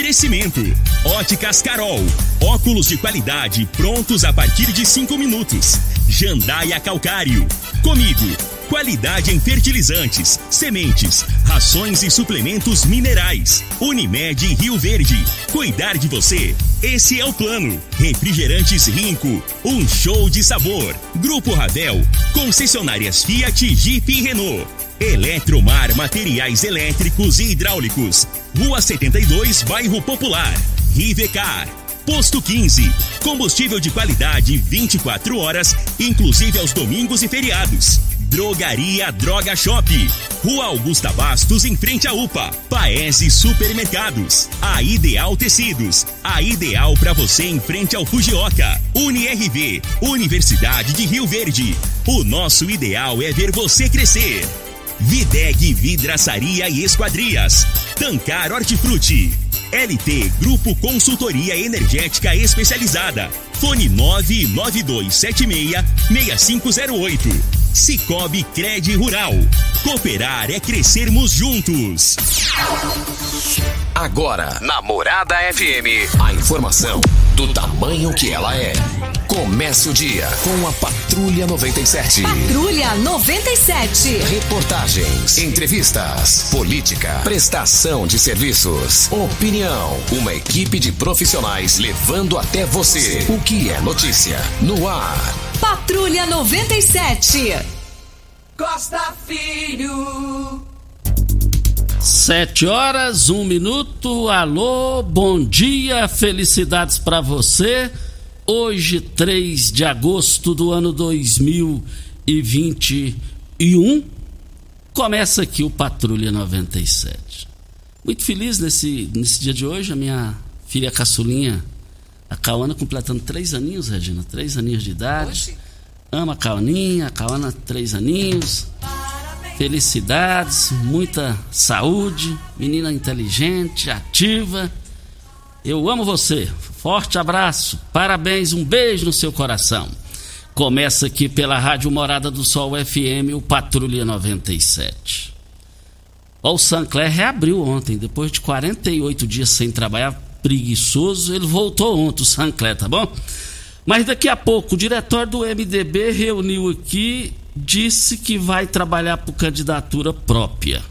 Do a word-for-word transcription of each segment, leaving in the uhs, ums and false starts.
Oferecimento: Óticas Carol, óculos de qualidade prontos a partir de cinco minutos. Jandaia Calcário, comigo, qualidade em fertilizantes, sementes, rações e suplementos minerais. Unimed Rio Verde, cuidar de você, esse é o plano. Refrigerantes Rinco, um show de sabor. Grupo Ravel, concessionárias Fiat, Jeep e Renault. Eletromar Materiais Elétricos e Hidráulicos, Rua setenta e dois, Bairro Popular. Rivecar, Posto quinze, combustível de qualidade vinte e quatro horas, inclusive aos domingos e feriados. Drogaria Droga Shop, Rua Augusta Bastos, em frente à U P A. Paese Supermercados, a Ideal Tecidos, a ideal para você em frente ao Fujioka. UniRV, Universidade de Rio Verde, o nosso ideal é ver você crescer. Videg Vidraçaria e Esquadrias, Tancar Hortifruti, L T Grupo Consultoria Energética Especializada, fone nove nove dois sete seis seis cinco zero oito. Cicobi Cred Rural, cooperar é crescermos juntos. Agora, na Morada F M, a informação do tamanho que ela é. Comece o dia com a Patrulha noventa e sete. Patrulha noventa e sete. Reportagens, entrevistas, política, prestação de serviços, opinião. Uma equipe de profissionais levando até você o que é notícia no ar. Patrulha noventa e sete. Costa Filho. Sete horas, um minuto. Alô, bom dia, felicidades pra você. Hoje, três de agosto do ano dois mil e vinte e um, começa aqui o Patrulha noventa e sete. Muito feliz nesse, nesse dia de hoje, a minha filha caçulinha, a Cauana, completando três aninhos, Regina, três aninhos de idade. Oxi. Ama a Cauaninha, a Cauana, três aninhos. Felicidades, muita saúde, menina inteligente, ativa. Eu amo você. Forte abraço, parabéns, um beijo no seu coração. Começa aqui pela Rádio Morada do Sol F M, o Patrulha noventa e sete. Ó, o Sancler reabriu ontem, depois de quarenta e oito dias sem trabalhar, preguiçoso, ele voltou ontem, o Sancler, tá bom? Mas daqui a pouco, o diretório do M D B reuniu aqui, disse que vai trabalhar por candidatura própria.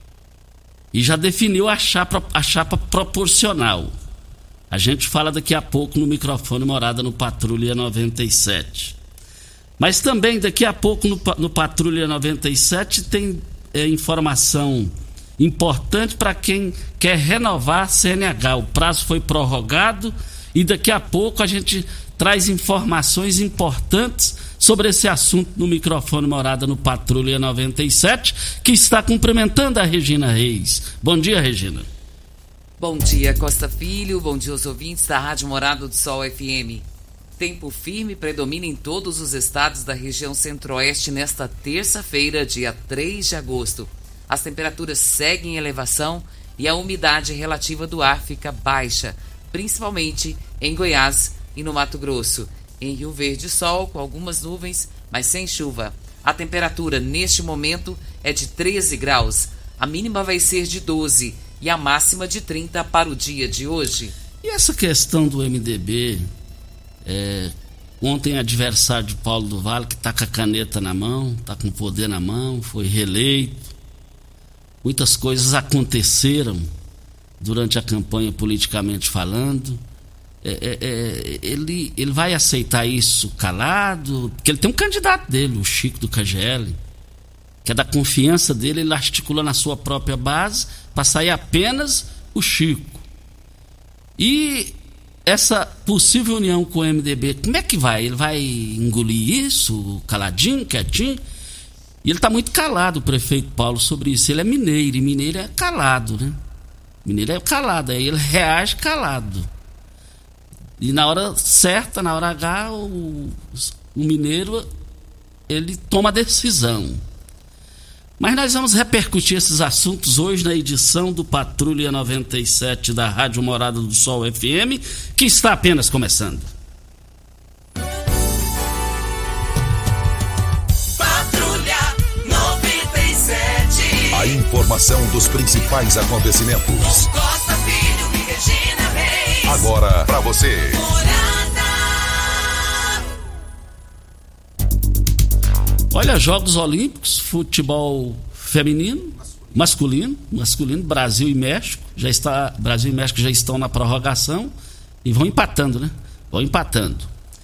E já definiu a chapa, a chapa proporcional. A gente fala daqui a pouco no microfone Morada no Patrulha noventa e sete. Mas também daqui a pouco no, no Patrulha noventa e sete tem é, informação importante para quem quer renovar a C N H. O prazo foi prorrogado e daqui a pouco a gente traz informações importantes sobre esse assunto no microfone Morada no Patrulha noventa e sete, que está cumprimentando a Regina Reis. Bom dia, Regina. Bom dia, Costa Filho. Bom dia aos ouvintes da Rádio Morada do Sol F M. Tempo firme predomina em todos os estados da região centro-oeste nesta terça-feira, dia três de agosto. As temperaturas seguem em elevação e a umidade relativa do ar fica baixa, principalmente em Goiás e no Mato Grosso. Em Rio Verde, sol com algumas nuvens, mas sem chuva. A temperatura neste momento é de treze graus. A mínima vai ser de doze e a máxima de trinta para o dia de hoje. E essa questão do M D B, é, ontem adversário de Paulo do Vale, que está com a caneta na mão, está com o poder na mão, foi reeleito. Muitas coisas aconteceram durante a campanha politicamente falando. É, é, é, ele, ele vai aceitar isso calado? Porque ele tem um candidato dele, o Chico do K G L, que é da confiança dele, ele articula na sua própria base para sair apenas o Chico. E essa possível união com o M D B, como é que vai? Ele vai engolir isso, caladinho, quietinho? E ele está muito calado, o prefeito Paulo, sobre isso. Ele é mineiro, e mineiro é calado, né? Mineiro é calado, aí ele reage calado. E na hora certa, na hora H, o, o mineiro, ele toma a decisão. Mas nós vamos repercutir esses assuntos hoje na edição do Patrulha noventa e sete da Rádio Morada do Sol F M, que está apenas começando. Patrulha noventa e sete. A informação dos principais acontecimentos. Costa Filho e Regina. Agora pra você. Olha, Jogos Olímpicos, futebol feminino, masculino, masculino, Brasil e México, já está, Brasil e México já estão na prorrogação e vão empatando, né? Vão empatando.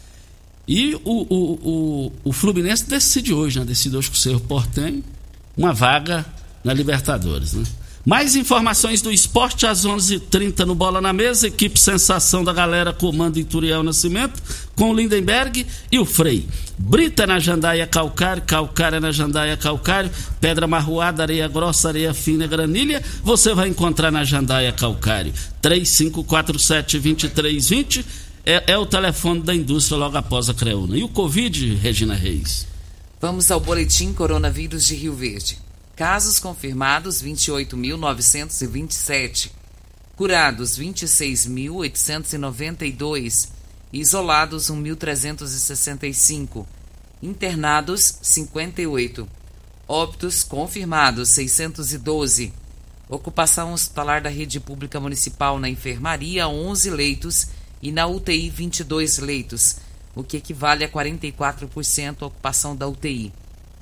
E o, o, o, o Fluminense decide hoje, né? Decide hoje com o Cerro Porteño uma vaga na Libertadores, né? Mais informações do esporte às onze e trinta no Bola na Mesa. Equipe Sensação da Galera comanda Ituriel Nascimento com o Lindenberg e o Frei. Brita na Jandaia Calcário, Calcária na Jandaia Calcário, Pedra Marroada, Areia Grossa, Areia Fina, Granilha, você vai encontrar na Jandaia Calcário. três cinco quatro sete, dois três dois zero é, é o telefone da indústria logo após a Creuna. E o Covid, Regina Reis? Vamos ao boletim Coronavírus de Rio Verde. Casos confirmados vinte e oito mil novecentos e vinte e sete, curados vinte e seis mil oitocentos e noventa e dois, isolados um mil trezentos e sessenta e cinco, internados cinquenta e oito, óbitos confirmados seiscentos e doze, ocupação hospitalar da rede pública municipal na enfermaria onze leitos e na U T I vinte e dois leitos, o que equivale a quarenta e quatro por cento ocupação da U T I.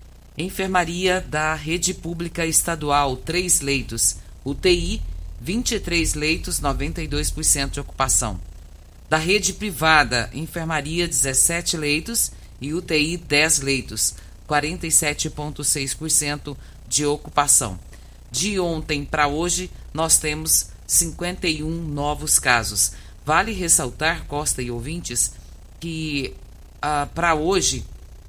Enfermaria da Rede Pública Estadual, três leitos. U T I, vinte e três leitos, noventa e dois por cento de ocupação. Da Rede Privada, Enfermaria, dezessete leitos e U T I, dez leitos, quarenta e sete vírgula seis por cento de ocupação. De ontem para hoje, nós temos cinquenta e um novos casos. Vale ressaltar, Costa e ouvintes, que ah, para hoje,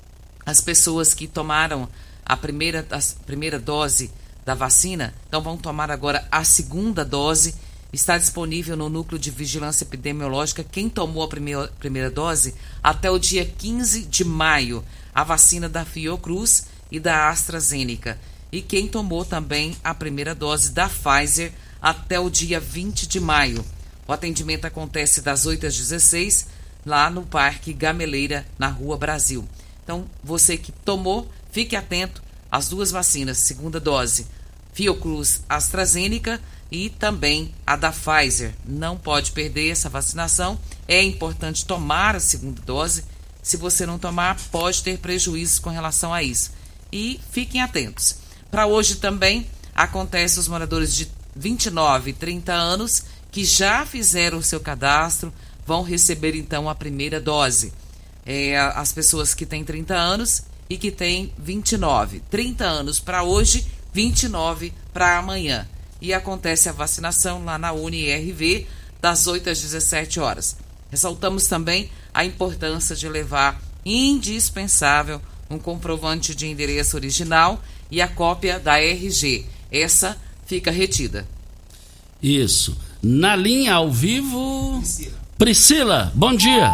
as pessoas que tomaram a primeira, a primeira dose da vacina, então vão tomar agora a segunda dose. Está disponível no Núcleo de Vigilância Epidemiológica quem tomou a primeira, primeira dose até o dia quinze de maio, a vacina da Fiocruz e da AstraZeneca. E quem tomou também a primeira dose da Pfizer até o dia vinte de maio. O atendimento acontece das oito às dezesseis, lá no Parque Gameleira, na Rua Brasil. Então, você que tomou, fique atento às duas vacinas, segunda dose, Fiocruz, AstraZeneca e também a da Pfizer. Não pode perder essa vacinação, é importante tomar a segunda dose. Se você não tomar, pode ter prejuízos com relação a isso. E fiquem atentos. Para hoje também acontece os moradores de vinte e nove e trinta anos que já fizeram o seu cadastro, vão receber então a primeira dose. É, as pessoas que têm trinta anos e que têm vinte e nove. trinta anos para hoje, vinte e nove para amanhã. E acontece a vacinação lá na Uni R V, das oito às dezessete horas. Ressaltamos também a importância de levar indispensável um comprovante de endereço original e a cópia da R G. Essa fica retida. Isso. Na linha ao vivo... Priscila. Priscila, bom dia.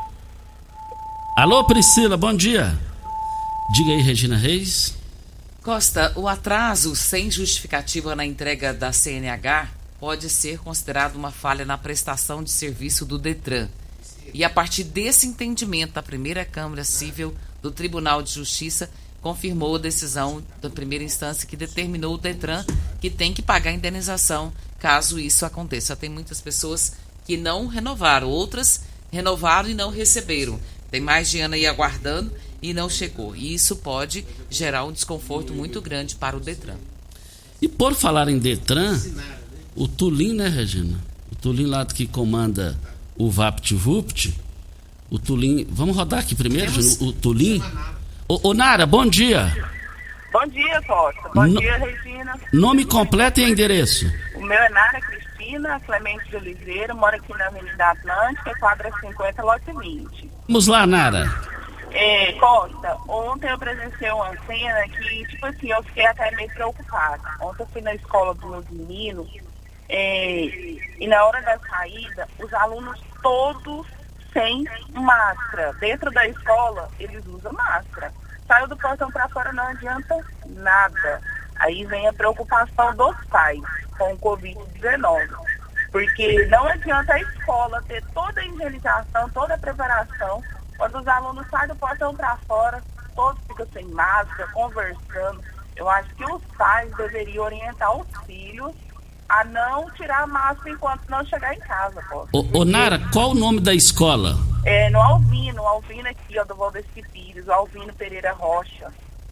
Alô, Priscila, bom dia. Diga aí, Regina Reis. Costa, o atraso sem justificativa na entrega da C N H pode ser considerado uma falha na prestação de serviço do Detran. E a partir desse entendimento, a primeira Câmara Civil do Tribunal de Justiça confirmou a decisão da primeira instância que determinou o Detran que tem que pagar a indenização caso isso aconteça. Tem muitas pessoas que não renovaram, outras renovaram e não receberam. Tem mais de ano aí aguardando e não chegou. E isso pode gerar um desconforto muito grande para o Detran. E por falar em Detran, o Tulim, né, Regina? O Tulim lá que comanda o VaptVupt, o Tulim... Vamos rodar aqui primeiro, Temos... o Tulim. Ô, ô, Nara, bom dia. Bom dia, Costa. Bom no... dia, Regina. Nome completo e endereço. O meu é Nara Cristina Clemente de Oliveira, moro aqui na Avenida Atlântica, quadra cinquenta, lote vinte. Vamos lá, Nara. É, Costa, ontem eu presenciei uma cena que, tipo assim, eu fiquei até meio preocupada. Ontem eu fui na escola dos meus meninos é, e na hora da saída, os alunos todos sem máscara. Dentro da escola, eles usam máscara. Saiu do portão para fora, não adianta nada. Aí vem a preocupação dos pais com o covid dezenove. Porque não adianta a escola ter toda a higienização, toda a preparação. Quando os alunos saem do portão para fora, todos ficam sem máscara, conversando. Eu acho que os pais deveriam orientar os filhos a não tirar a máscara enquanto não chegar em casa, Costa. Ô, ô Nara, qual o nome da escola? É, no Alvino, o Alvino aqui, ó, do Valdeci Pires, o Alvino Pereira Rocha.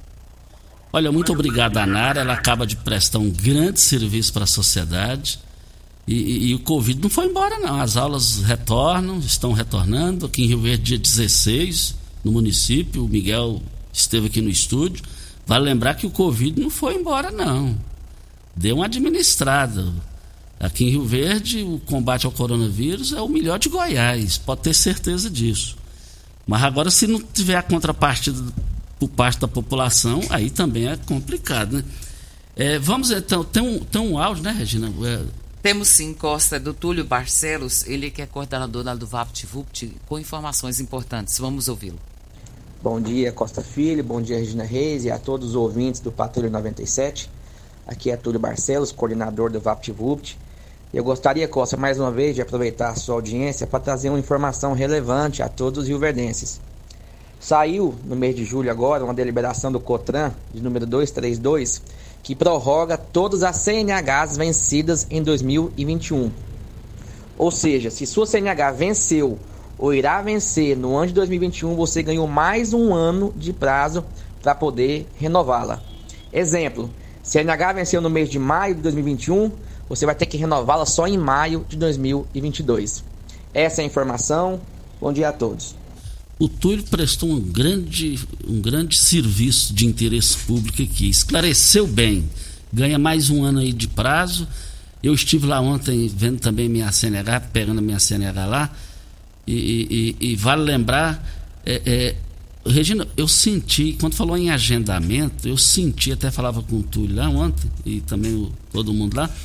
Olha, muito obrigado a Nara, ela acaba de prestar um grande serviço para a sociedade e, e, e o Covid não foi embora não, as aulas retornam, estão retornando, aqui em Rio Verde dia dezesseis, no município, o Miguel esteve aqui no estúdio, vale lembrar que o Covid não foi embora não, deu uma administrada, aqui em Rio Verde o combate ao coronavírus é o melhor de Goiás, pode ter certeza disso, mas agora se não tiver a contrapartida por parte da população, aí também é complicado, né? É, vamos então, tem um, tem um áudio, né, Regina? É... Temos sim, Costa, do Túlio Barcelos, ele que é coordenador da do VaptVupt, com informações importantes. Vamos ouvi-lo. Bom dia, Costa Filho, bom dia, Regina Reis e a todos os ouvintes do Patrulha noventa e sete. Aqui é Túlio Barcelos, coordenador do VaptVupt. Eu gostaria, Costa, mais uma vez, de aproveitar a sua audiência para trazer uma informação relevante a todos os rioverdenses. Saiu no mês de julho agora uma deliberação do COTRAN, de número duzentos e trinta e dois, que prorroga todas as C N Hs vencidas em dois mil e vinte e um. Ou seja, se sua C N H venceu ou irá vencer no ano de dois mil e vinte e um, você ganhou mais um ano de prazo para poder renová-la. Exemplo, C N H venceu no mês de maio de dois mil e vinte e um, você vai ter que renová-la só em maio de dois mil e vinte e dois. Essa é a informação. Bom dia a todos. O Túlio prestou um grande, um grande serviço de interesse público aqui, esclareceu bem, ganha mais um ano aí de prazo. Eu estive lá ontem vendo também minha C N H, pegando a minha C N H lá, e, e, e vale lembrar, é, é, Regina, eu senti, quando falou em agendamento, eu senti, até falava com o Túlio lá ontem, e também o, todo mundo lá,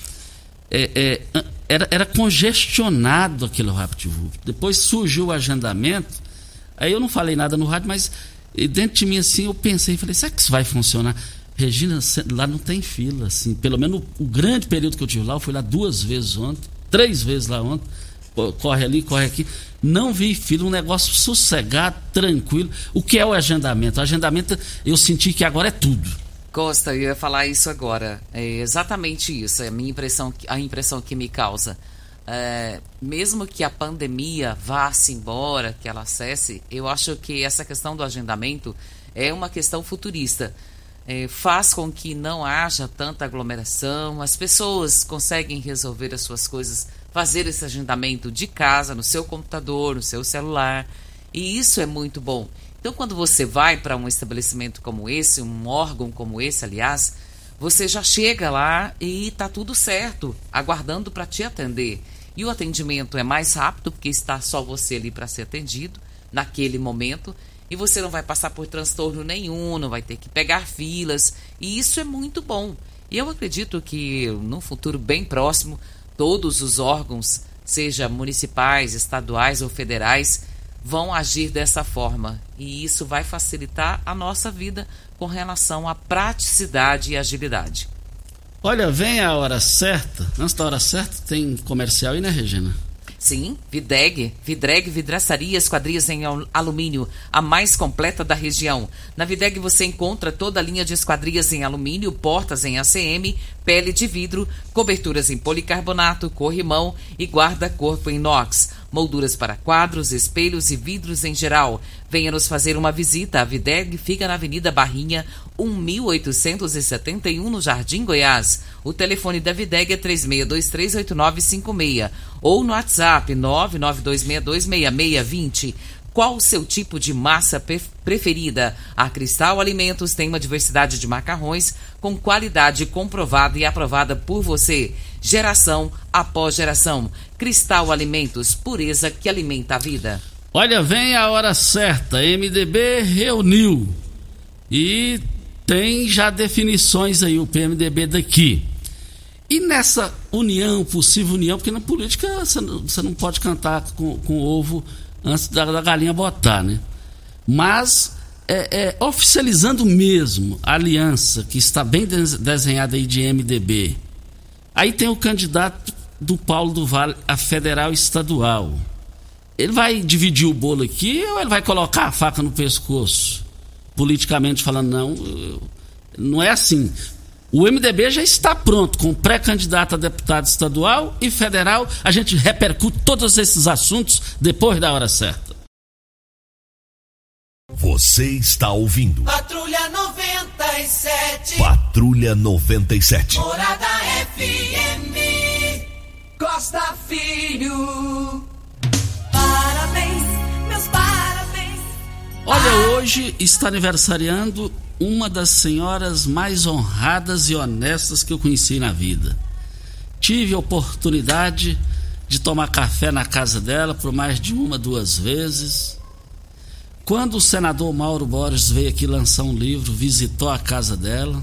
é, é, era, era congestionado aquele VaptVupt. Depois surgiu o agendamento. Aí eu não falei nada no rádio, mas dentro de mim assim eu pensei, falei, será que isso vai funcionar? Regina, lá não tem fila, assim, pelo menos o, o grande período que eu tive lá, eu fui lá duas vezes ontem, três vezes lá ontem, corre ali, corre aqui, não vi fila, um negócio sossegado, tranquilo. O que é o agendamento? O agendamento, eu senti que agora é tudo. Costa, eu ia falar isso agora, é exatamente isso, é a minha impressão, a impressão que me causa. É, mesmo que a pandemia vá-se embora, que ela cesse, eu acho que essa questão do agendamento é uma questão futurista. É, faz com que não haja tanta aglomeração, as pessoas conseguem resolver as suas coisas, fazer esse agendamento de casa, no seu computador, no seu celular, e isso é muito bom. Então, quando você vai para um estabelecimento como esse, um órgão como esse, aliás, você já chega lá e está tudo certo, aguardando para te atender. E o atendimento é mais rápido, porque está só você ali para ser atendido naquele momento. E você não vai passar por transtorno nenhum, não vai ter que pegar filas. E isso é muito bom. E eu acredito que, num futuro bem próximo, todos os órgãos, seja municipais, estaduais ou federais, vão agir dessa forma. E isso vai facilitar a nossa vida com relação à praticidade e agilidade. Olha, vem a hora certa. Antes da hora certa, tem comercial aí, né, Regina? Sim, Videg, Vidreg Vidraçaria Esquadrias em Alumínio, a mais completa da região. Na Videg você encontra toda a linha de esquadrias em alumínio, portas em A C M, pele de vidro, coberturas em policarbonato, corrimão e guarda-corpo em inox, molduras para quadros, espelhos e vidros em geral. Venha nos fazer uma visita. A Videg fica na Avenida Barrinha, mil oitocentos e setenta e um, no Jardim Goiás. O telefone da Videg é três seis dois três oito nove cinco seis ou no WhatsApp nove nove dois seis dois seis seis dois zero. Qual o seu tipo de massa preferida? A Cristal Alimentos tem uma diversidade de macarrões com qualidade comprovada e aprovada por você. Geração após geração. Cristal Alimentos, pureza que alimenta a vida. Olha, vem a hora certa. M D B reuniu e tem já definições aí, o P M D B daqui. E nessa união, possível união, porque na política você não, você não pode cantar com, com ovo antes da, da galinha botar, né? Mas é, é, oficializando mesmo a aliança que está bem desenhada aí de M D B. Aí tem o candidato do Paulo do Vale a federal e estadual. Ele vai dividir o bolo aqui ou ele vai colocar a faca no pescoço? Politicamente falando, não, não é assim. O M D B já está pronto com pré-candidato a deputado estadual e federal. A gente repercute todos esses assuntos depois da hora certa. Você está ouvindo Patrulha noventa e sete. Patrulha noventa e sete. Morada F M. Costa Filho. Parabéns, meus parabéns. Olha, hoje está aniversariando uma das senhoras mais honradas e honestas que eu conheci na vida. Tive a oportunidade de tomar café na casa dela por mais de uma, duas vezes. Quando o senador Mauro Borges veio aqui lançar um livro, visitou a casa dela.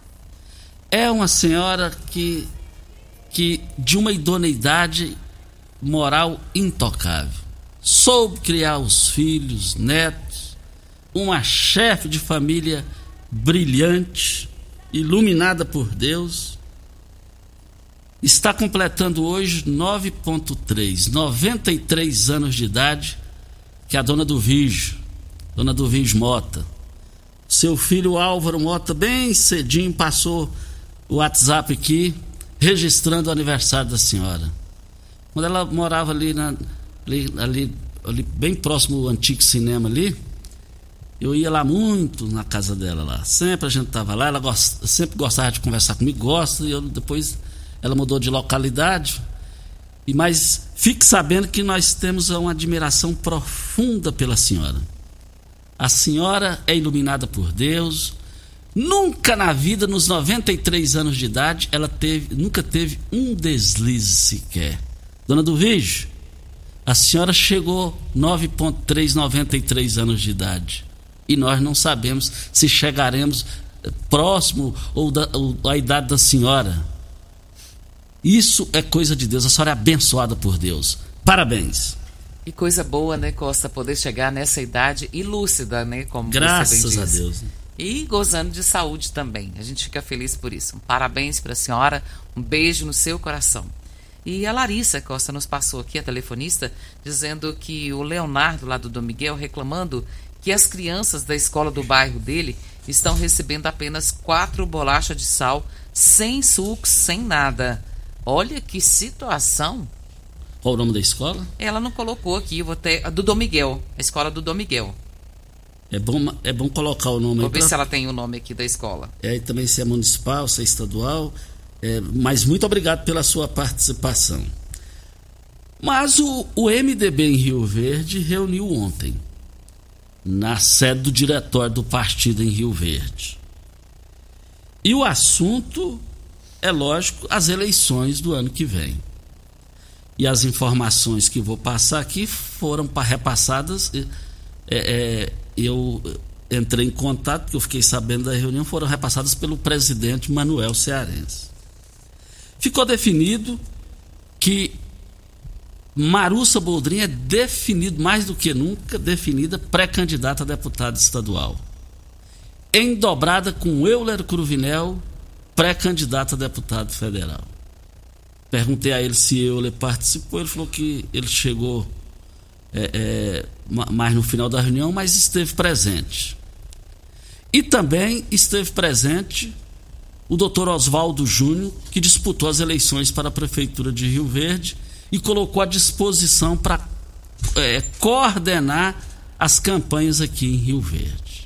É uma senhora que, que de uma idoneidade moral intocável. Soube criar os filhos, netos, uma chefe de família brilhante, iluminada por Deus. Está completando hoje nove vírgula três, noventa e três anos de idade, que é a dona do Vigio, dona do Vigio Mota. Seu filho Álvaro Mota, bem cedinho, passou o WhatsApp aqui, registrando o aniversário da senhora. Quando ela morava ali, na, ali, ali, ali bem próximo do antigo cinema ali, eu ia lá muito na casa dela lá. Sempre a gente estava lá, ela gost, sempre gostava de conversar comigo, gosta, e eu, depois ela mudou de localidade. E mas fique sabendo que nós temos uma admiração profunda pela senhora. A senhora é iluminada por Deus. Nunca na vida, nos noventa e três anos de idade, ela teve, nunca teve um deslize sequer. Dona do Vigio, a senhora chegou nove vírgula três, noventa e três anos de idade. E nós não sabemos se chegaremos próximo ou da ou a idade da senhora. Isso é coisa de Deus. A senhora é abençoada por Deus. Parabéns. E coisa boa, né, Costa, poder chegar nessa idade e lúcida, né, como Graças você bem a disse. Deus. E gozando de saúde também. A gente fica feliz por isso. Um parabéns para a senhora, um beijo no seu coração. E a Larissa Costa nos passou aqui, a telefonista, dizendo que o Leonardo, lá do Dom Miguel, reclamando que as crianças da escola do bairro dele estão recebendo apenas quatro bolachas de sal, sem suco, sem nada. Olha que situação. Qual o nome da escola? Ela não colocou aqui, eu vou ter, a do Dom Miguel, a escola do Dom Miguel. É bom, é bom colocar o nome Vou aí. ver pra... se ela tem o nome aqui da escola. É, e também se é municipal, se é estadual. É, mas muito obrigado pela sua participação. Mas o, o M D B em Rio Verde reuniu ontem, na sede do diretório do partido em Rio Verde. E o assunto é, lógico, as eleições do ano que vem. E as informações que vou passar aqui foram repassadas. É, é, eu entrei em contato, porque eu fiquei sabendo da reunião, foram repassadas pelo presidente Manuel Cearense. Ficou definido que Marussa Boldrin é definido, mais do que nunca, definida pré-candidata a deputada estadual. Em dobrada com Euler Cruvinel, pré-candidato a deputado federal. Perguntei a ele se Euler participou, ele falou que ele chegou é, é, mais no final da reunião, mas esteve presente. E também esteve presente o doutor Oswaldo Júnior, que disputou as eleições para a Prefeitura de Rio Verde e colocou à disposição para é, coordenar as campanhas aqui em Rio Verde.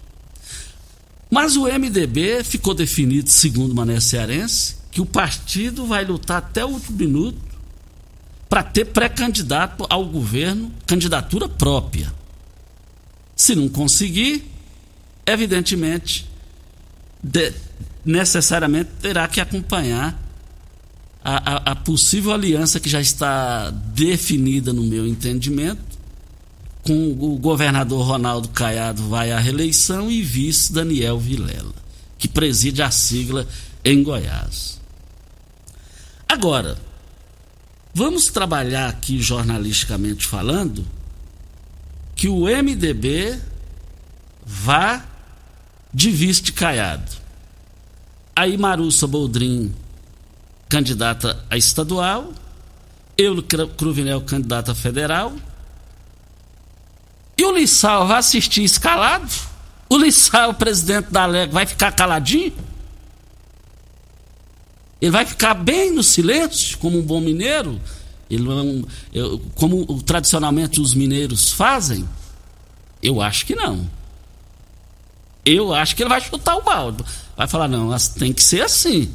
Mas o M D B ficou definido, segundo o Mané Cearense, que o partido vai lutar até o último minuto para ter pré-candidato ao governo, candidatura própria. Se não conseguir, evidentemente, de, necessariamente terá que acompanhar a, a, a possível aliança que já está definida, no meu entendimento, com o governador Ronaldo Caiado vai à reeleição e vice Daniel Vilela, que preside a sigla em Goiás. Agora, vamos trabalhar aqui jornalisticamente falando que o M D B vá de vice de Caiado. Aí Marussa Boldrin, candidata a estadual, Euler Cruvinel, candidata a federal, e o Lissau vai assistir escalado? O Lissau, o presidente da Alegre, vai ficar caladinho? Ele vai ficar bem no silêncio, como um bom mineiro? Ele não, eu, como tradicionalmente os mineiros fazem? Eu acho que não. Eu acho que ele vai chutar o balde. Vai falar, não, tem que ser assim.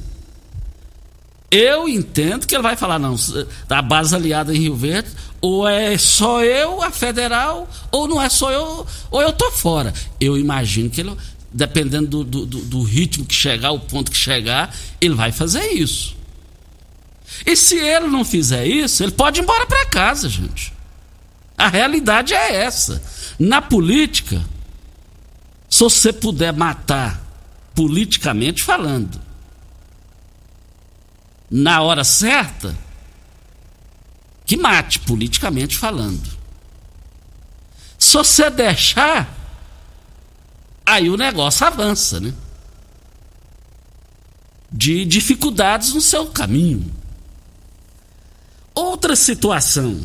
Eu entendo que ele vai falar, não, da base aliada em Rio Verde, ou é só eu, a federal, ou não é só eu, ou eu tô fora. Eu imagino que ele, dependendo do, do, do ritmo que chegar, o ponto que chegar, ele vai fazer isso. E se ele não fizer isso, ele pode ir embora para casa, gente. A realidade é essa. Na política, se você puder matar, politicamente falando, na hora certa, que mate, politicamente falando. Se você deixar, aí o negócio avança, né? De dificuldades no seu caminho. Outra situação.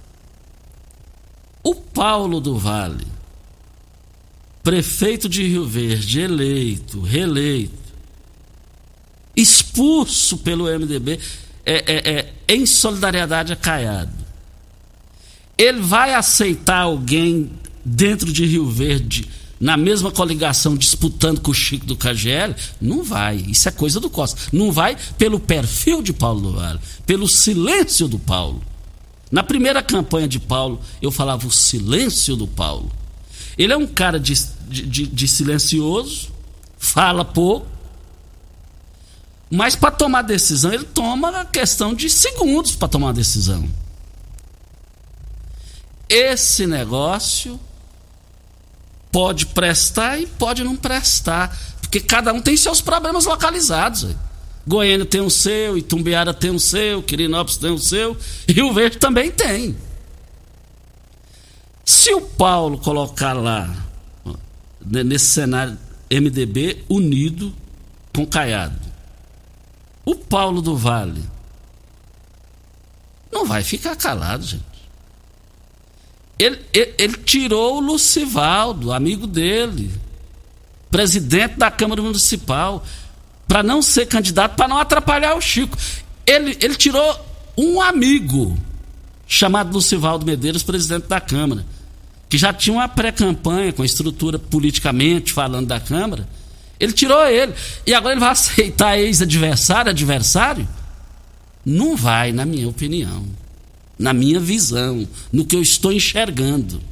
O Paulo do Vale, prefeito de Rio Verde, eleito, reeleito, expulso pelo M D B, é, é, é, em solidariedade a Caiado. Ele vai aceitar alguém dentro de Rio Verde, na mesma coligação, disputando com o Chico do K G L? Não vai. Isso é coisa do Costa. Não vai pelo perfil de Paulo do Vale, pelo silêncio do Paulo. Na primeira campanha de Paulo, eu falava o silêncio do Paulo. Ele é um cara de, de, de silencioso, fala pouco, mas para tomar decisão, ele toma a questão de segundos para tomar uma decisão. Esse negócio pode prestar e pode não prestar, porque cada um tem seus problemas localizados. Véio. Goiânia tem o seu, Itumbiara tem o seu, Quirinópolis tem o seu, Rio Verde também tem. Se o Paulo colocar lá, nesse cenário, M D B unido com Caiado, o Paulo do Vale não vai ficar calado, gente. Ele, ele, ele tirou o Lucivaldo, amigo dele, presidente da Câmara Municipal, para não ser candidato, para não atrapalhar o Chico. Ele, ele tirou um amigo chamado Lucivaldo Medeiros, presidente da Câmara, que já tinha uma pré-campanha com a estrutura politicamente falando da Câmara. Ele tirou ele. E agora ele vai aceitar ex-adversário, adversário? Não vai, na minha opinião. Na minha visão. No que eu estou enxergando.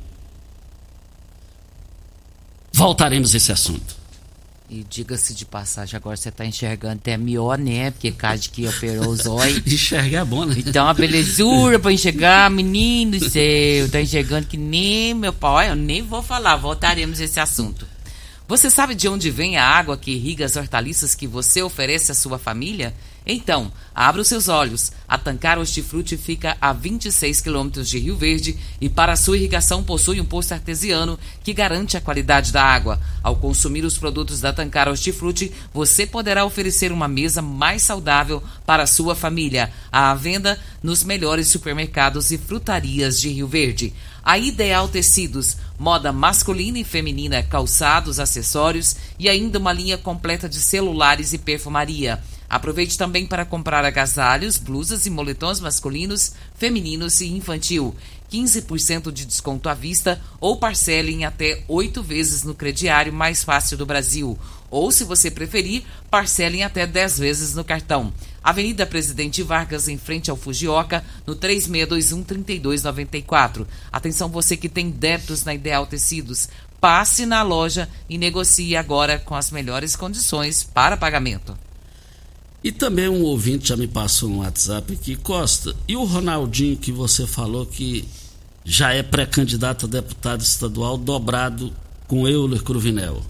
Voltaremos a esse assunto. E diga-se de passagem, agora você está enxergando até melhor, né? Porque caso que operou os olhos. Enxergar é bom, né? Então, uma belezura para enxergar, menino do céu. Tá enxergando que nem meu pai. Eu nem vou falar, voltaremos a esse assunto. Você sabe de onde vem a água que irriga as hortaliças que você oferece à sua família? Então, abra os seus olhos. A Tancar Hortifruti fica a vinte e seis quilômetros de Rio Verde e para sua irrigação possui um poço artesiano que garante a qualidade da água. Ao consumir os produtos da Tancar Hortifruti, você poderá oferecer uma mesa mais saudável para a sua família. À venda nos melhores supermercados e frutarias de Rio Verde. A Ideal Tecidos, moda masculina e feminina, calçados, acessórios e ainda uma linha completa de celulares e perfumaria. Aproveite também para comprar agasalhos, blusas e moletons masculinos, femininos e infantil. quinze por cento de desconto à vista ou parcele em até oito vezes no crediário mais fácil do Brasil. Ou, se você preferir, parcele em até dez vezes no cartão. Avenida Presidente Vargas, em frente ao Fujioka, no três seis dois um, três dois nove quatro. Atenção você que tem débitos na Ideal Tecidos. Passe na loja e negocie agora com as melhores condições para pagamento. E também um ouvinte já me passou no WhatsApp aqui, Costa, e o Ronaldinho que você falou que já é pré-candidato a deputado estadual dobrado com Euler Cruvinel?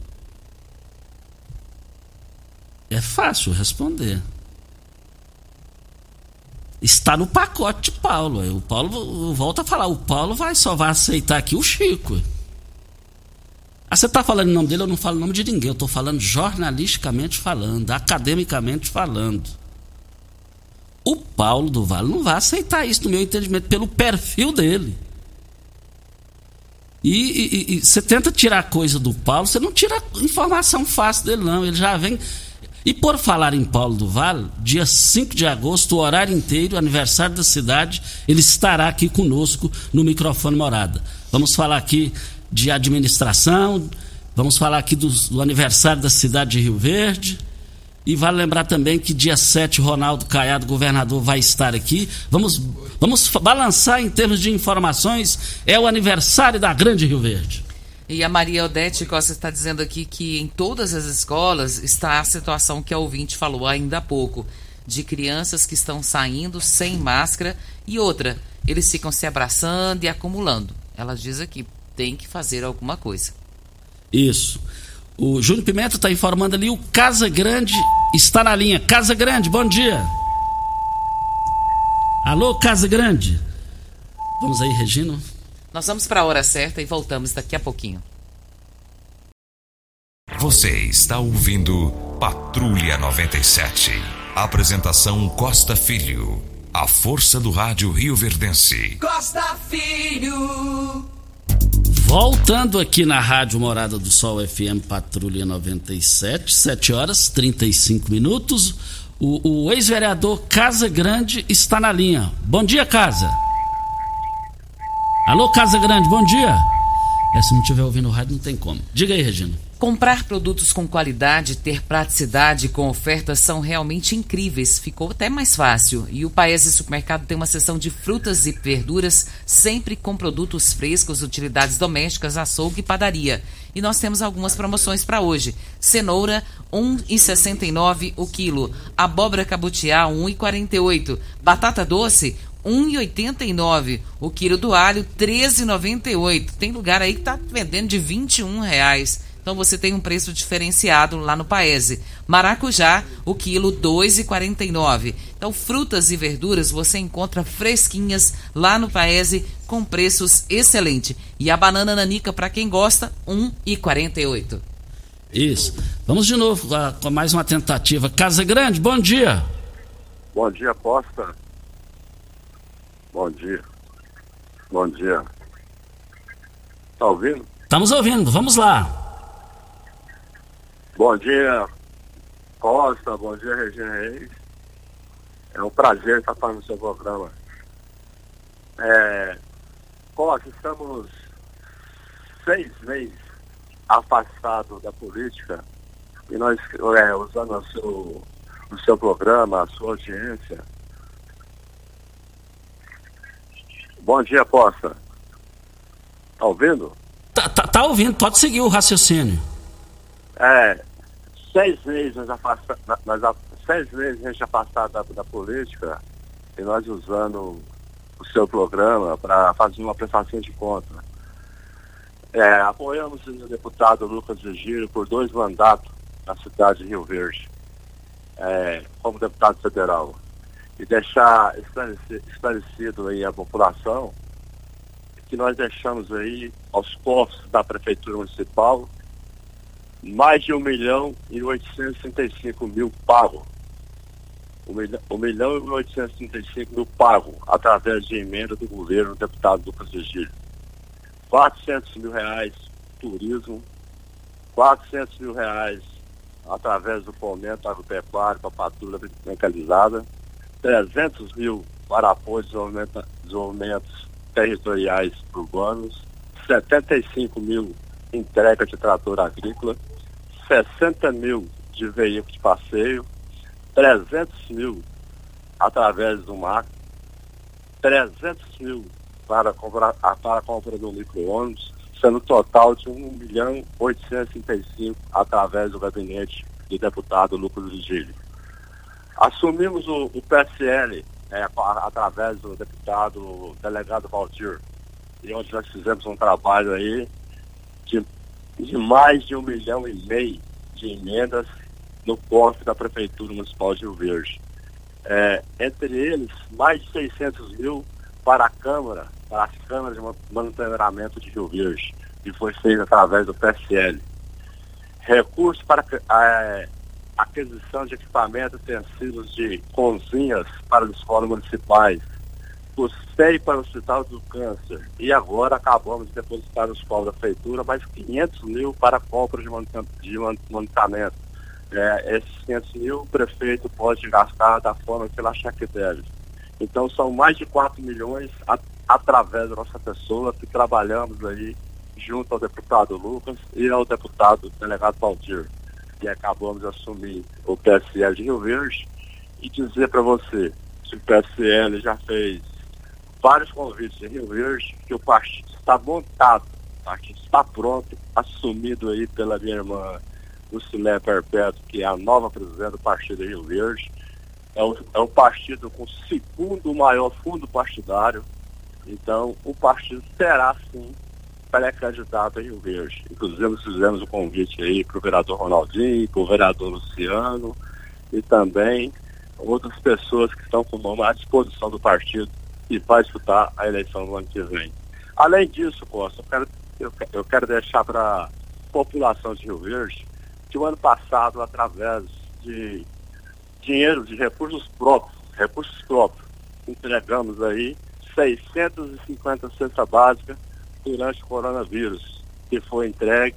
É fácil responder. Está no pacote de Paulo. O Paulo volta a falar, o Paulo vai, só vai aceitar aqui o Chico. Ah, você está falando o nome dele, eu não falo o nome de ninguém, eu estou falando jornalisticamente falando, academicamente falando. O Paulo do Vale não vai aceitar isso, no meu entendimento, pelo perfil dele. E, e, e você tenta tirar coisa do Paulo, você não tira informação fácil dele, não. Ele já vem. E por falar em Paulo do Vale, dia cinco de agosto, o horário inteiro, aniversário da cidade, ele estará aqui conosco no microfone Morada. Vamos falar aqui de administração, vamos falar aqui do, do aniversário da cidade de Rio Verde. E vale lembrar também que dia sete, Ronaldo Caiado, governador, vai estar aqui. Vamos, vamos balançar em termos de informações, é o aniversário da Grande Rio Verde. E a Maria Odete Costa está dizendo aqui que em todas as escolas está a situação que a ouvinte falou ainda há pouco, de crianças que estão saindo sem máscara e outra, eles ficam se abraçando e acumulando. Ela diz aqui, tem que fazer alguma coisa. Isso. O Júnior Pimenta está informando ali, o Casa Grande está na linha. Casa Grande, bom dia. Alô, Casa Grande. Vamos aí, Regina. Nós vamos para a hora certa e voltamos daqui a pouquinho. Você está ouvindo Patrulha noventa e sete. Apresentação Costa Filho. A força do rádio rioverdense. Costa Filho. Voltando aqui na Rádio Morada do Sol F M Patrulha noventa e sete, sete horas e trinta e cinco minutos. O, o ex-vereador Casa Grande está na linha. Bom dia, Casa. Alô, Casa Grande, bom dia. É, se não estiver ouvindo o rádio, não tem como. Diga aí, Regina. Comprar produtos com qualidade, ter praticidade com ofertas são realmente incríveis. Ficou até mais fácil. E o Paese Supermercado tem uma seção de frutas e verduras, sempre com produtos frescos, utilidades domésticas, açougue e padaria. E nós temos algumas promoções para hoje. Cenoura, um real e sessenta e nove centavos o quilo. Abóbora cabutiá, um real e quarenta e oito centavos. Batata doce, um real e oitenta e nove centavos. O quilo do alho, treze reais e noventa e oito centavos. Tem lugar aí que está vendendo de vinte e um reais. Então você tem um preço diferenciado lá no Paese. Maracujá, o quilo, dois reais e quarenta e nove centavos. Então frutas e verduras você encontra fresquinhas lá no Paese com preços excelentes. E a banana nanica, para quem gosta, um real e quarenta e oito centavos. Isso. Vamos de novo com mais uma tentativa. Casa Grande, bom dia. Bom dia, Costa. Bom dia. Bom dia. Tá ouvindo? Estamos ouvindo, vamos lá. Bom dia, Costa. Bom dia, Regina Reis. É um prazer estar falando no seu programa. É, Costa, estamos seis meses afastados da política e nós, é, usando o seu, o seu programa, a sua audiência. Bom dia, Costa. Tá ouvindo? Tá, tá, tá ouvindo, pode seguir o raciocínio. É, seis meses nós afastamos, nós, seis meses a gente afastado da, da política e nós usando o seu programa para fazer uma prestação de conta. É, apoiamos o deputado Lucas Virgílio por dois mandatos na cidade de Rio Verde, é, como deputado federal. E deixar esclarecido, esclarecido aí a população que nós deixamos aí aos cofres da Prefeitura Municipal mais de um milhão e oitocentos e trinta e cinco mil pago. Um milhão, um milhão e oitocentos e trinta e cinco mil pago através de emenda do governo do deputado Lucas Virgílio. quatrocentos mil reais turismo, quatrocentos mil reais através do fomento agropecuário para a patrulha mecanizada, trezentos mil para apoio de desenvolvimento, desenvolvimentos territoriais urbanos, setenta e cinco mil entrega de trator agrícola, sessenta mil de veículo de passeio, trezentos mil através do M A C, trezentos mil para, comprar, para a compra do micro-ônibus, sendo um total de um milhão oitocentos e trinta e cinco através do gabinete do deputado Lucas Virgílio. Assumimos o, o P S L é, através do deputado delegado Valdir, e onde nós fizemos um trabalho aí de, de mais de um milhão e meio de emendas no cofre da Prefeitura Municipal de Rio Verde. É, entre eles, mais de seiscentos mil para a Câmara, para as câmaras de monitoramento de Rio Verde, que foi feito através do P S L. Recursos para a aquisição de equipamentos e utensílios de cozinhas para as escolas municipais, custei para o Hospital do Câncer e agora acabamos de depositar nos cofres da Prefeitura mais quinhentos mil para a compra de monitoramento, É, esses quinhentos mil o prefeito pode gastar da forma que ele achar que deve. Então são mais de quatro milhões a, através da nossa pessoa que trabalhamos aí junto ao deputado Lucas e ao deputado delegado Valdir. E acabamos de assumir o P S L de Rio Verde e dizer para você que o P S L já fez vários convites em Rio Verde, que o partido está montado, o partido está pronto, assumido aí pela minha irmã Lucilé Perpétuo, que é a nova presidente do partido de Rio Verde. É o, é o partido com o segundo maior fundo partidário. Então, o partido terá, sim, pré-candidato em Rio Verde. Inclusive, fizemos um convite aí para o vereador Ronaldinho, para o vereador Luciano e também outras pessoas que estão com à disposição do partido e vai disputar a eleição no ano que vem. Além disso, Costa, eu quero, eu, eu quero deixar para a população de Rio Verde que o ano passado, através de dinheiro, de recursos próprios, recursos próprios, entregamos aí seiscentas e cinquenta cestas básicas durante o coronavírus, que foi entregue,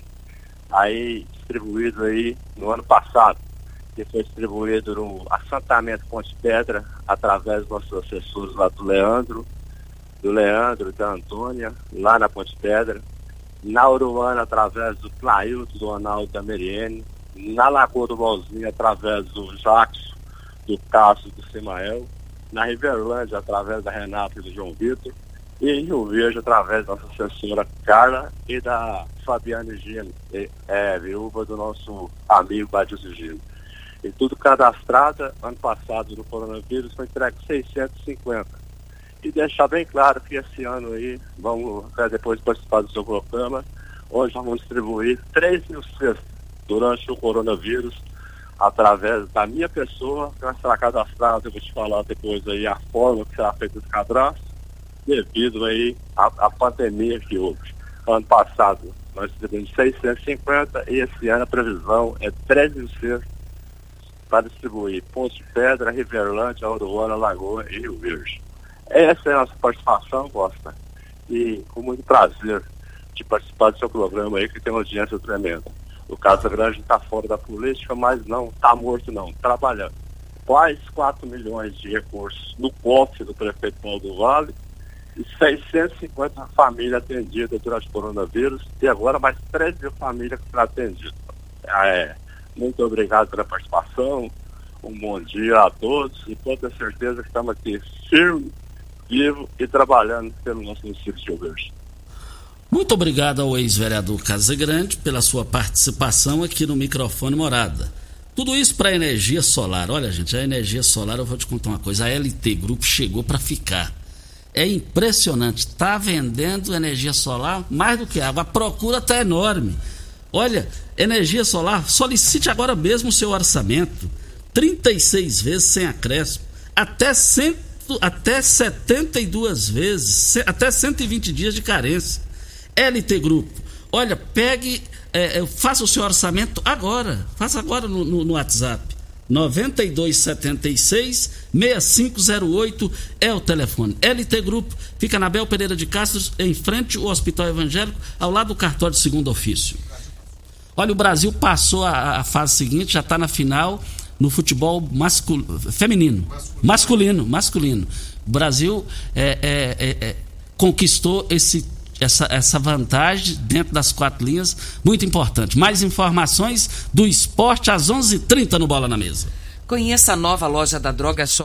aí distribuído aí no ano passado, que foi distribuído no assentamento Ponte Pedra, através dos nossos assessores lá do Leandro, do Leandro e da Antônia, lá na Ponte Pedra, na Uruana, através do Clailton, do Ronaldo e da Meriene, na Lagoa do Bolzinho, através do Jackson, do Cássio e do Simael, na Riverlândia, através da Renata e do João Vitor, e em Rio Verde, através da nossa assessora Carla e da Fabiana Gino, é, viúva do nosso amigo Badilson Gino. E tudo cadastrado, ano passado no coronavírus, foi entregue seiscentos e cinquenta. E deixar bem claro que esse ano aí, vamos depois participar do seu programa, hoje vamos distribuir três mil cestas durante o coronavírus, através da minha pessoa, que vai ser cadastrada, eu vou te falar depois aí a forma que será feito esse cadastro, devido aí à, à pandemia que houve. Ano passado nós distribuímos seiscentos e cinquenta e esse ano a previsão é três mil cestas para distribuir Ponte Pedra, Riverlândia, Uruana, Lagoa e Rio Verde. Essa é a nossa participação, Costa, e com muito prazer de participar do seu programa aí, que tem uma audiência tremenda. O Casa Grande está fora da política, mas não está morto não, trabalhando. Quase quatro milhões de recursos no cofre do prefeito Paulo do Vale e seiscentas e cinquenta famílias atendidas durante o coronavírus e agora mais três mil famílias que serão atendidas. É, muito obrigado pela participação, um bom dia a todos e pode ter certeza que estamos aqui firme, vivo e trabalhando pelo nosso município de Rio Verde. Muito obrigado ao ex-vereador Casagrande pela sua participação aqui no microfone Morada. Tudo isso para a energia solar. Olha, gente, a energia solar, eu vou te contar uma coisa, a L T Grupo chegou para ficar. É impressionante, está vendendo energia solar mais do que água, a procura está enorme. Olha, energia solar, solicite agora mesmo o seu orçamento, trinta e seis vezes sem acréscimo, até, cem, até setenta e duas vezes, até cento e vinte dias de carência. L T Grupo, olha, pegue, é, faça o seu orçamento agora, faça agora no, no, no WhatsApp, nove dois sete seis, seis cinco zero oito é o telefone. L T Grupo, fica na Bel Pereira de Castro, em frente ao Hospital Evangélico, ao lado do cartório de segundo ofício. Olha, o Brasil passou a, a fase seguinte, já está na final no futebol mascul... feminino, masculino, masculino. O Brasil é, é, é, é, conquistou esse Essa, essa vantagem dentro das quatro linhas, muito importante. Mais informações do esporte às onze e trinta no Bola na Mesa. Conheça a nova loja da Droga Shop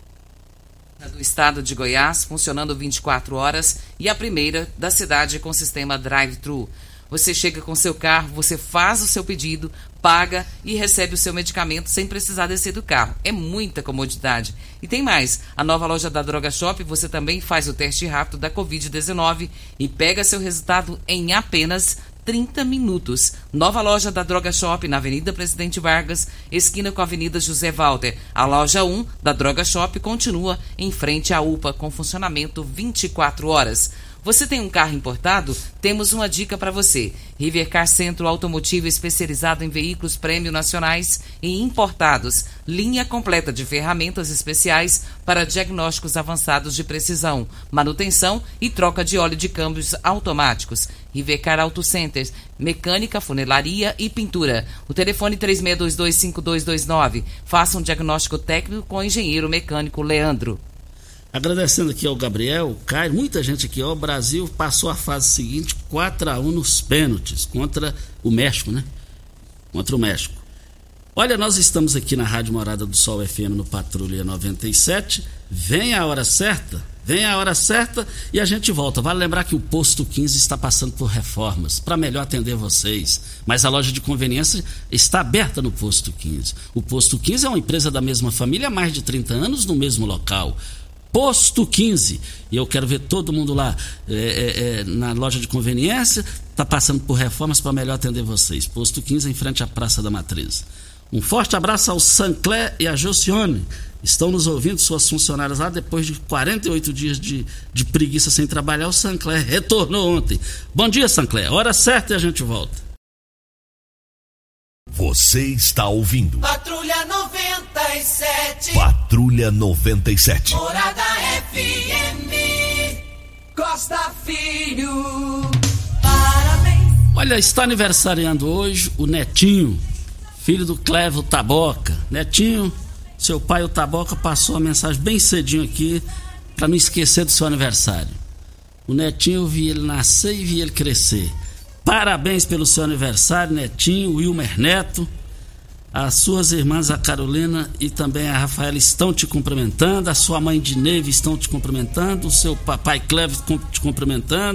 do estado de Goiás, funcionando vinte e quatro horas, e a primeira da cidade com sistema drive-thru. Você chega com seu carro, você faz o seu pedido, paga e recebe o seu medicamento sem precisar descer do carro. É muita comodidade. E tem mais, a nova loja da Droga Shop, você também faz o teste rápido da covid dezenove e pega seu resultado em apenas trinta minutos. Nova loja da Droga Shop, na Avenida Presidente Vargas, esquina com a Avenida José Walter. A loja um da Droga Shop continua em frente à U P A, com funcionamento vinte e quatro horas. Você tem um carro importado? Temos uma dica para você. Rivercar Centro Automotivo especializado em veículos prêmio nacionais e importados. Linha completa de ferramentas especiais para diagnósticos avançados de precisão, manutenção e troca de óleo de câmbios automáticos. Rivercar Auto Centers, mecânica, funilaria e pintura. O telefone três seis dois dois, cinco dois dois nove. Faça um diagnóstico técnico com o engenheiro mecânico Leandro. Agradecendo aqui ao Gabriel, Caio, muita gente aqui, ó, o Brasil passou a fase seguinte quatro a um nos pênaltis contra o México, né? Contra o México. Olha, nós estamos aqui na Rádio Morada do Sol F M no Patrulha noventa e sete. Vem a hora certa, vem a hora certa e a gente volta. Vale lembrar que o Posto quinze está passando por reformas para melhor atender vocês. Mas a loja de conveniência está aberta no Posto quinze. O Posto quinze é uma empresa da mesma família há mais de trinta anos no mesmo local. Posto quinze, e eu quero ver todo mundo lá é, é, é, na loja de conveniência, está passando por reformas para melhor atender vocês. Posto quinze em frente à Praça da Matriz. Um forte abraço ao Sancler e a Josiane, estão nos ouvindo, suas funcionárias lá, depois de quarenta e oito dias de, de preguiça sem trabalhar, o Sancler retornou ontem. Bom dia, Sancler, hora certa e a gente volta. Você está ouvindo Patrulha noventa e sete. Patrulha noventa e sete. Morada F M. Costa Filho. Parabéns. Olha, está aniversariando hoje o Netinho, filho do Clevo Taboca. Netinho, seu pai, o Taboca, passou a mensagem bem cedinho aqui para não esquecer do seu aniversário. O Netinho, eu vi ele nascer e vi ele crescer. Parabéns pelo seu aniversário, Netinho, Wilmer Neto. As suas irmãs, a Carolina e também a Rafaela, estão te cumprimentando. A sua mãe de Neve estão te cumprimentando. O seu papai Cleves te cumprimentando.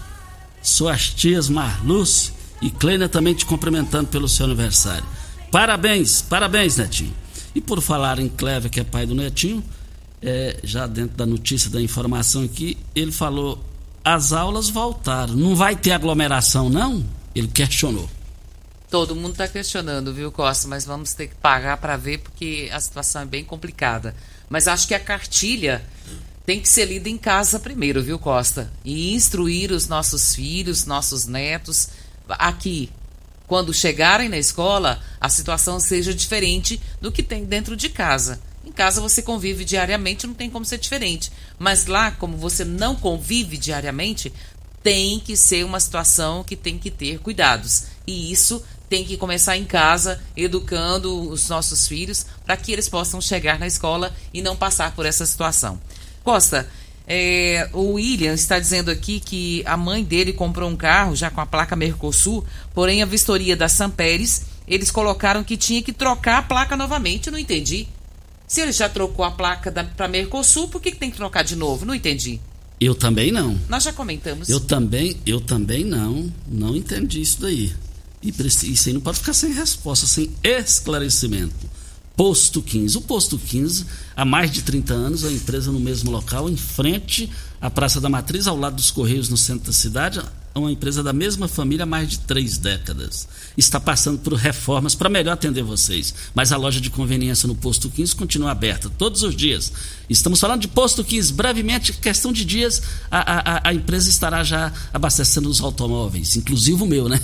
Suas tias Marluce e Clênia também te cumprimentando pelo seu aniversário. Parabéns, parabéns, Netinho. E por falar em Cleves, que é pai do Netinho, é, já dentro da notícia, da informação aqui, ele falou: as aulas voltaram, não vai ter aglomeração não? Ele questionou. Todo mundo está questionando, viu, Costa? Mas vamos ter que pagar para ver, porque a situação é bem complicada. Mas acho que a cartilha tem que ser lida em casa primeiro, viu, Costa? E instruir os nossos filhos, nossos netos, aqui, quando chegarem na escola, a situação seja diferente do que tem dentro de casa. Em casa você convive diariamente, não tem como ser diferente. Mas lá, como você não convive diariamente, tem que ser uma situação que tem que ter cuidados. E isso tem que começar em casa, educando os nossos filhos, para que eles possam chegar na escola e não passar por essa situação. Costa, é, o William está dizendo aqui que a mãe dele comprou um carro já com a placa Mercosul, porém a vistoria da Sampérez, eles colocaram que tinha que trocar a placa novamente. Eu não entendi. Se ele já trocou a placa para Mercosul, por que, que tem que trocar de novo? Não entendi. Eu também não. Nós já comentamos. Eu também, eu também não, não entendi isso daí. E isso aí não pode ficar sem resposta, sem esclarecimento. Posto quinze. O Posto quinze, há mais de trinta anos, é uma empresa no mesmo local, em frente à Praça da Matriz, ao lado dos Correios, no centro da cidade. É uma empresa da mesma família há mais de três décadas. Está passando por reformas para melhor atender vocês. Mas a loja de conveniência no Posto quinze continua aberta todos os dias. Estamos falando de Posto quinze. Brevemente, questão de dias, a, a, a empresa estará já abastecendo os automóveis, inclusive o meu, né?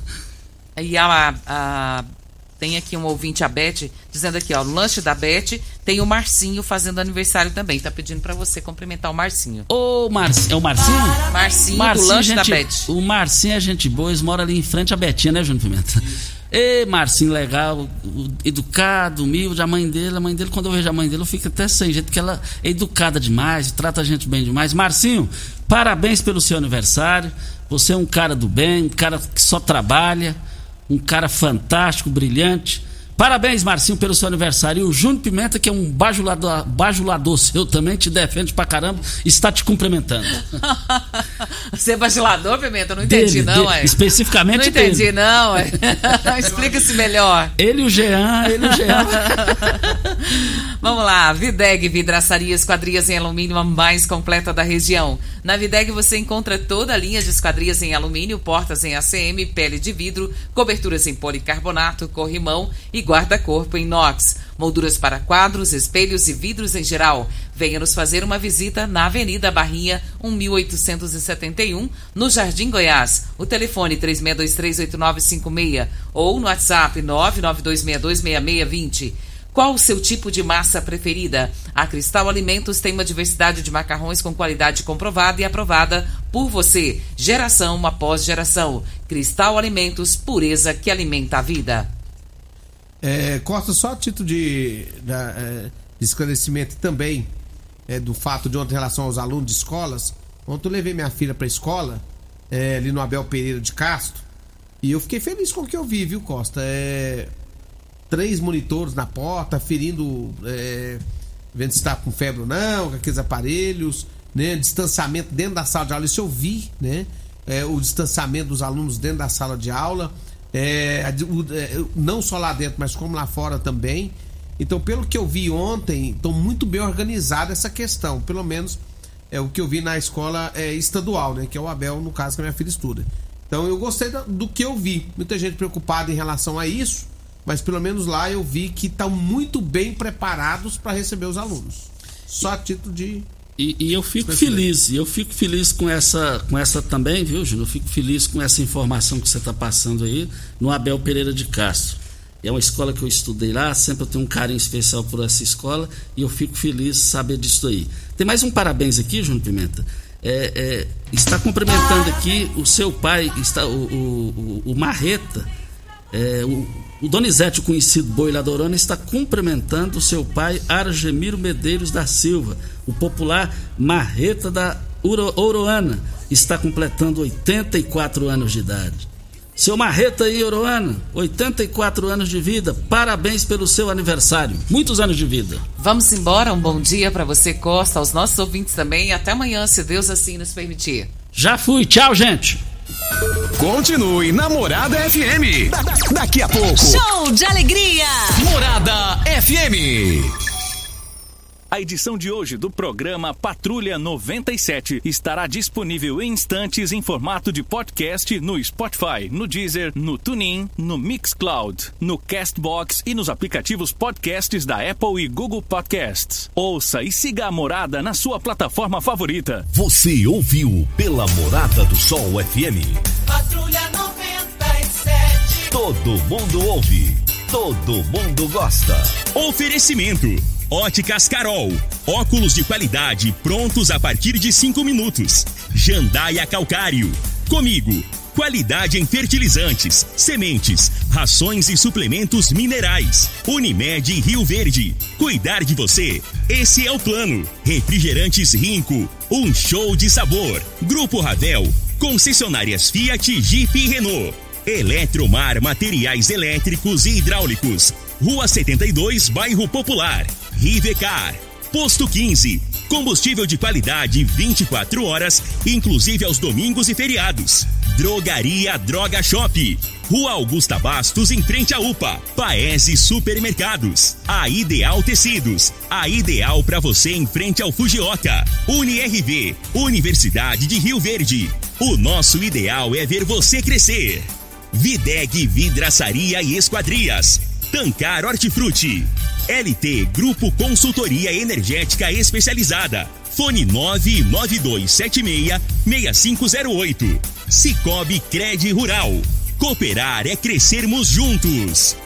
E a... a... Tem aqui um ouvinte, a Beth, dizendo aqui, ó, no lanche da Beth tem o Marcinho fazendo aniversário também. Tá pedindo pra você cumprimentar o Marcinho. Ô, Marcinho, é o Marcinho? Marcinho, Marcinho do lanche gente, da Beth. O Marcinho é gente boa, eles moram ali em frente à Betinha, né, Júnior Pimenta? Ê, Marcinho legal, educado, humilde, a mãe dele, a mãe dele, quando eu vejo a mãe dele, eu fico até sem jeito, porque ela é educada demais, trata a gente bem demais. Marcinho, parabéns pelo seu aniversário. Você é um cara do bem, um cara que só trabalha, um cara fantástico, brilhante. Parabéns, Marcinho, pelo seu aniversário. E o Júnior Pimenta, que é um bajulador, bajulador seu também, te defende pra caramba, está te cumprimentando. Você é bajulador, Pimenta? Não entendi, dele, não, dele, ué. Especificamente Não entendi, dele. não, ué. Explica-se melhor. Ele e o Jean, ele e o Jean. Vamos lá, Videg Vidraçaria Esquadrias em Alumínio, a mais completa da região. Na Videg você encontra toda a linha de esquadrias em alumínio, portas em A C M, pele de vidro, coberturas em policarbonato, corrimão e guarda-corpo em inox, molduras para quadros, espelhos e vidros em geral. Venha nos fazer uma visita na Avenida Barrinha, mil oitocentos e setenta e um, no Jardim Goiás. O telefone três seis dois três, oito nove cinco seis ou no WhatsApp nove nove dois seis dois, seis seis dois zero. Qual o seu tipo de massa preferida? A Cristal Alimentos tem uma diversidade de macarrões com qualidade comprovada e aprovada por você, geração após geração. Cristal Alimentos, pureza que alimenta a vida. É, Costa, só a título de, de, de esclarecimento também é, do fato de ontem em relação aos alunos de escolas. Ontem eu levei minha filha para a escola, é, ali no Abel Pereira de Castro, e eu fiquei feliz com o que eu vi, viu, Costa? É, três monitores na porta, ferindo, é, vendo se está com febre ou não, com aqueles aparelhos, né? Distanciamento dentro da sala de aula, isso eu vi, né? É, o distanciamento dos alunos dentro da sala de aula. É, não só lá dentro, mas como lá fora também. Então, pelo que eu vi ontem, estão muito bem organizada essa questão. Pelo menos é o que eu vi na escola é, estadual, né? Que é o Abel, no caso que a minha filha estuda. Então, eu gostei do, do que eu vi. Muita gente preocupada em relação a isso, mas pelo menos lá eu vi que estão muito bem preparados para receber os alunos. Só a título de... E, e eu fico feliz, e eu fico feliz com essa, com essa também, viu, Júnior? Eu fico feliz com essa informação que você está passando aí no Abel Pereira de Castro. É uma escola que eu estudei lá, sempre eu tenho um carinho especial por essa escola e eu fico feliz de saber disso aí. Tem mais um parabéns aqui, Júnior Pimenta. É, é, está cumprimentando aqui o seu pai, está, o, o, o, o Marreta, é, o, o Donizete, o conhecido boi lá da Orana, está cumprimentando o seu pai Argemiro Medeiros da Silva, o popular Marreta da Oroana, está completando oitenta e quatro anos de idade. Seu Marreta aí, Oroana, oitenta e quatro anos de vida, parabéns pelo seu aniversário, muitos anos de vida. Vamos embora, um bom dia para você, Costa, aos nossos ouvintes também, e até amanhã, se Deus assim nos permitir. Já fui, tchau, gente. Continue na Morada F M. Da, da, daqui a pouco. Show de alegria. Morada F M. A edição de hoje do programa Patrulha noventa e sete estará disponível em instantes em formato de podcast no Spotify, no Deezer, no TuneIn, no Mixcloud, no Castbox e nos aplicativos podcasts da Apple e Google Podcasts. Ouça e siga a Morada na sua plataforma favorita. Você ouviu pela Morada do Sol F M. Patrulha noventa e sete. Todo mundo ouve, todo mundo gosta. Oferecimento: Óticas Carol, óculos de qualidade prontos a partir de cinco minutos. Jandaia Calcário, comigo, qualidade em fertilizantes, sementes, rações e suplementos minerais. Unimed Rio Verde, cuidar de você, esse é o plano. Refrigerantes Rinco, um show de sabor. Grupo Ravel, concessionárias Fiat, Jeep e Renault. Eletromar Materiais Elétricos e Hidráulicos, Rua setenta e dois, Bairro Popular. Rivecar, Posto quinze, combustível de qualidade vinte e quatro horas, inclusive aos domingos e feriados. Drogaria Droga Shop, Rua Augusta Bastos, em frente à U P A. Paese Supermercados, a Ideal Tecidos, a ideal para você em frente ao Fujioka. UniRV, Universidade de Rio Verde, o nosso ideal é ver você crescer. Videg Vidraçaria e Esquadrias, Tancar Hortifruti, L T Grupo Consultoria Energética Especializada, fone nove nove dois sete seis, seis cinco zero oito. Cicobi Cred Rural, cooperar é crescermos juntos.